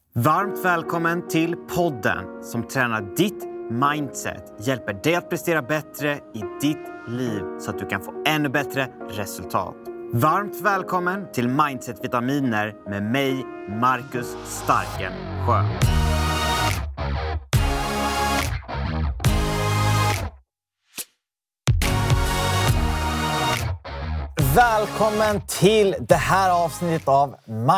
Varmt välkommen till podden som tränar ditt mindset, hjälper dig att prestera bättre i ditt liv så att du kan få ännu bättre resultat. Varmt välkommen till Mindset-vitaminer med mig, Marcus Starkensjö. Välkommen till det här avsnittet av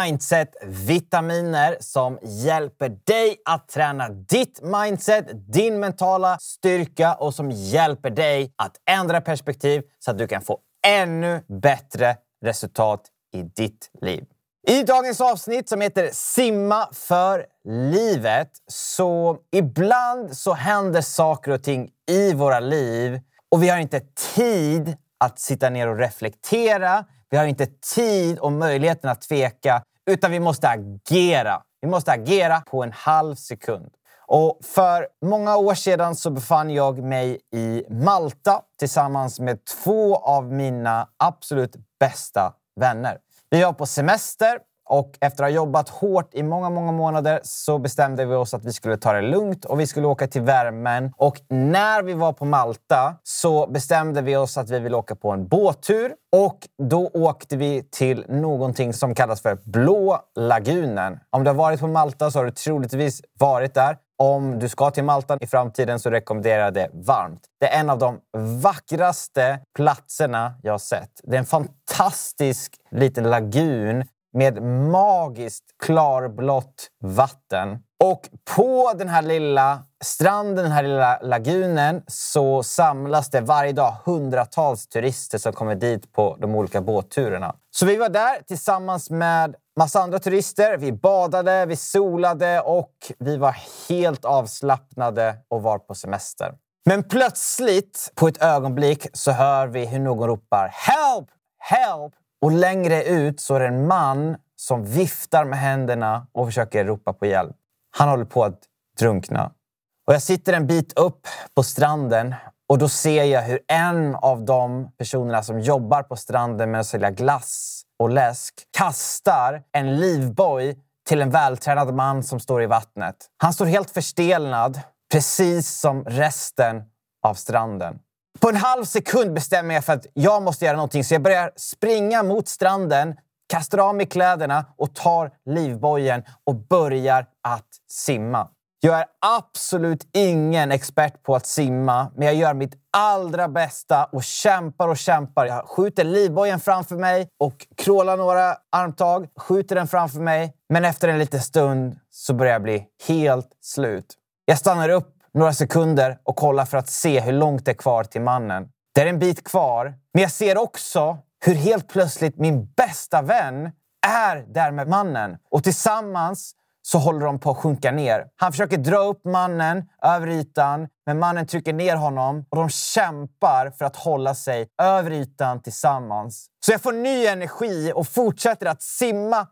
Mindset-vitaminer som hjälper dig att träna ditt mindset, din mentala styrka och som hjälper dig att ändra perspektiv så att du kan få ännu bättre resultat i ditt liv. I dagens avsnitt som heter Simma för livet, så ibland så händer saker och ting i våra liv och vi har inte tid att sitta ner och reflektera. Vi har inte tid och möjligheten att tveka, utan vi måste agera. Vi måste agera på en halv sekund. Och för många år sedan så befann jag mig i Malta tillsammans med två av mina absolut bästa vänner. Vi var på semester och efter att ha jobbat hårt i många månader så bestämde vi oss att vi skulle ta det lugnt och vi skulle åka till värmen. Och när vi var på Malta så bestämde vi oss att vi ville åka på en båttur. Och då åkte vi till någonting som kallas för Blå lagunen. Om du har varit på Malta så har du troligtvis varit där. Om du ska till Malta i framtiden så rekommenderar jag det varmt. Det är en av de vackraste platserna jag har sett. Det är en fantastisk liten lagun med magiskt klarblått vatten. Och på den här lilla stranden, den här lilla lagunen, så samlas det varje dag hundratals turister som kommer dit på de olika båtturerna. Så vi var där tillsammans med massa andra turister. Vi badade, vi solade och vi var helt avslappnade och var på semester. Men plötsligt, på ett ögonblick, så hör vi hur någon ropar "Help! Help!" Och längre ut så är det en man som viftar med händerna och försöker ropa på hjälp. Han håller på att drunkna. Och jag sitter en bit upp på stranden och då ser jag hur en av de personerna som jobbar på stranden med att sälja glass och läsk kastar en livboj till en vältränad man som står i vattnet. Han står helt förstelnad, precis som resten av stranden. På en halv sekund bestämmer jag för att jag måste göra någonting. Så jag börjar springa mot stranden, kastar av mig kläderna och tar livbojen och börjar att simma. Jag är absolut ingen expert på att simma, men jag gör mitt allra bästa och kämpar. Jag skjuter livbojen framför mig och krålar några armtag, skjuter den framför mig. Men efter en liten stund så börjar jag bli helt slut. Jag stannar upp några sekunder och kollar för att se hur långt det är kvar till mannen. Det är en bit kvar, men jag ser också hur helt plötsligt min bästa vän är där med mannen. Och tillsammans så håller de på att sjunka ner. Han försöker dra upp mannen över ytan, men mannen trycker ner honom och de kämpar för att hålla sig över ytan tillsammans. Så jag får ny energi och fortsätter att simma.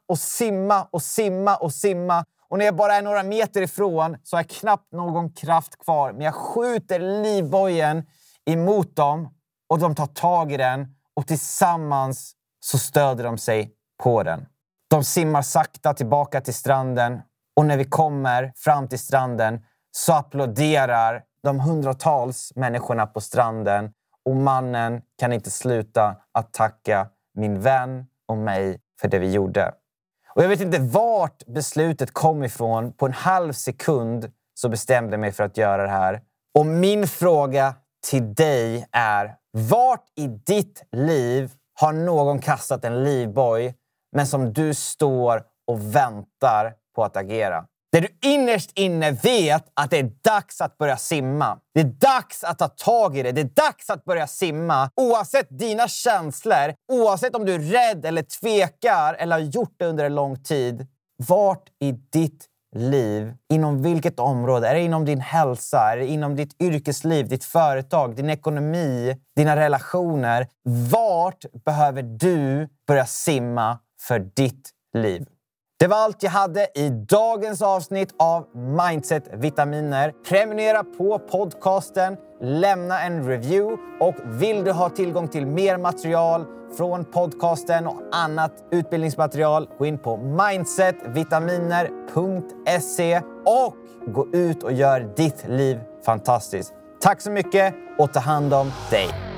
Och när jag bara är några meter ifrån så har jag knappt någon kraft kvar. Men jag skjuter livbojen emot dem och de tar tag i den. Och tillsammans så stöder de sig på den. De simmar sakta tillbaka till stranden. Och när vi kommer fram till stranden så applåderar de hundratals människorna på stranden. Och mannen kan inte sluta att tacka min vän och mig för det vi gjorde. Och jag vet inte vart beslutet kom ifrån. På en halv sekund så bestämde jag mig för att göra det här. Och min fråga till dig är: vart i ditt liv har någon kastat en livboj men som du står och väntar på att agera? Där du innerst inne vet att det är dags att börja simma. Det är dags att ta tag i det. Det är dags att börja simma. Oavsett dina känslor, oavsett om du är rädd eller tvekar eller har gjort det under en lång tid. Vart i ditt liv, inom vilket område, är det inom din hälsa, är det inom ditt yrkesliv, ditt företag, din ekonomi, dina relationer? Vart behöver du börja simma för ditt liv? Det var allt jag hade i dagens avsnitt av Mindset-vitaminer. Prenumerera på podcasten, lämna en review och vill du ha tillgång till mer material från podcasten och annat utbildningsmaterial, gå in på mindsetvitaminer.se och gå ut och gör ditt liv fantastiskt. Tack så mycket och ta hand om dig.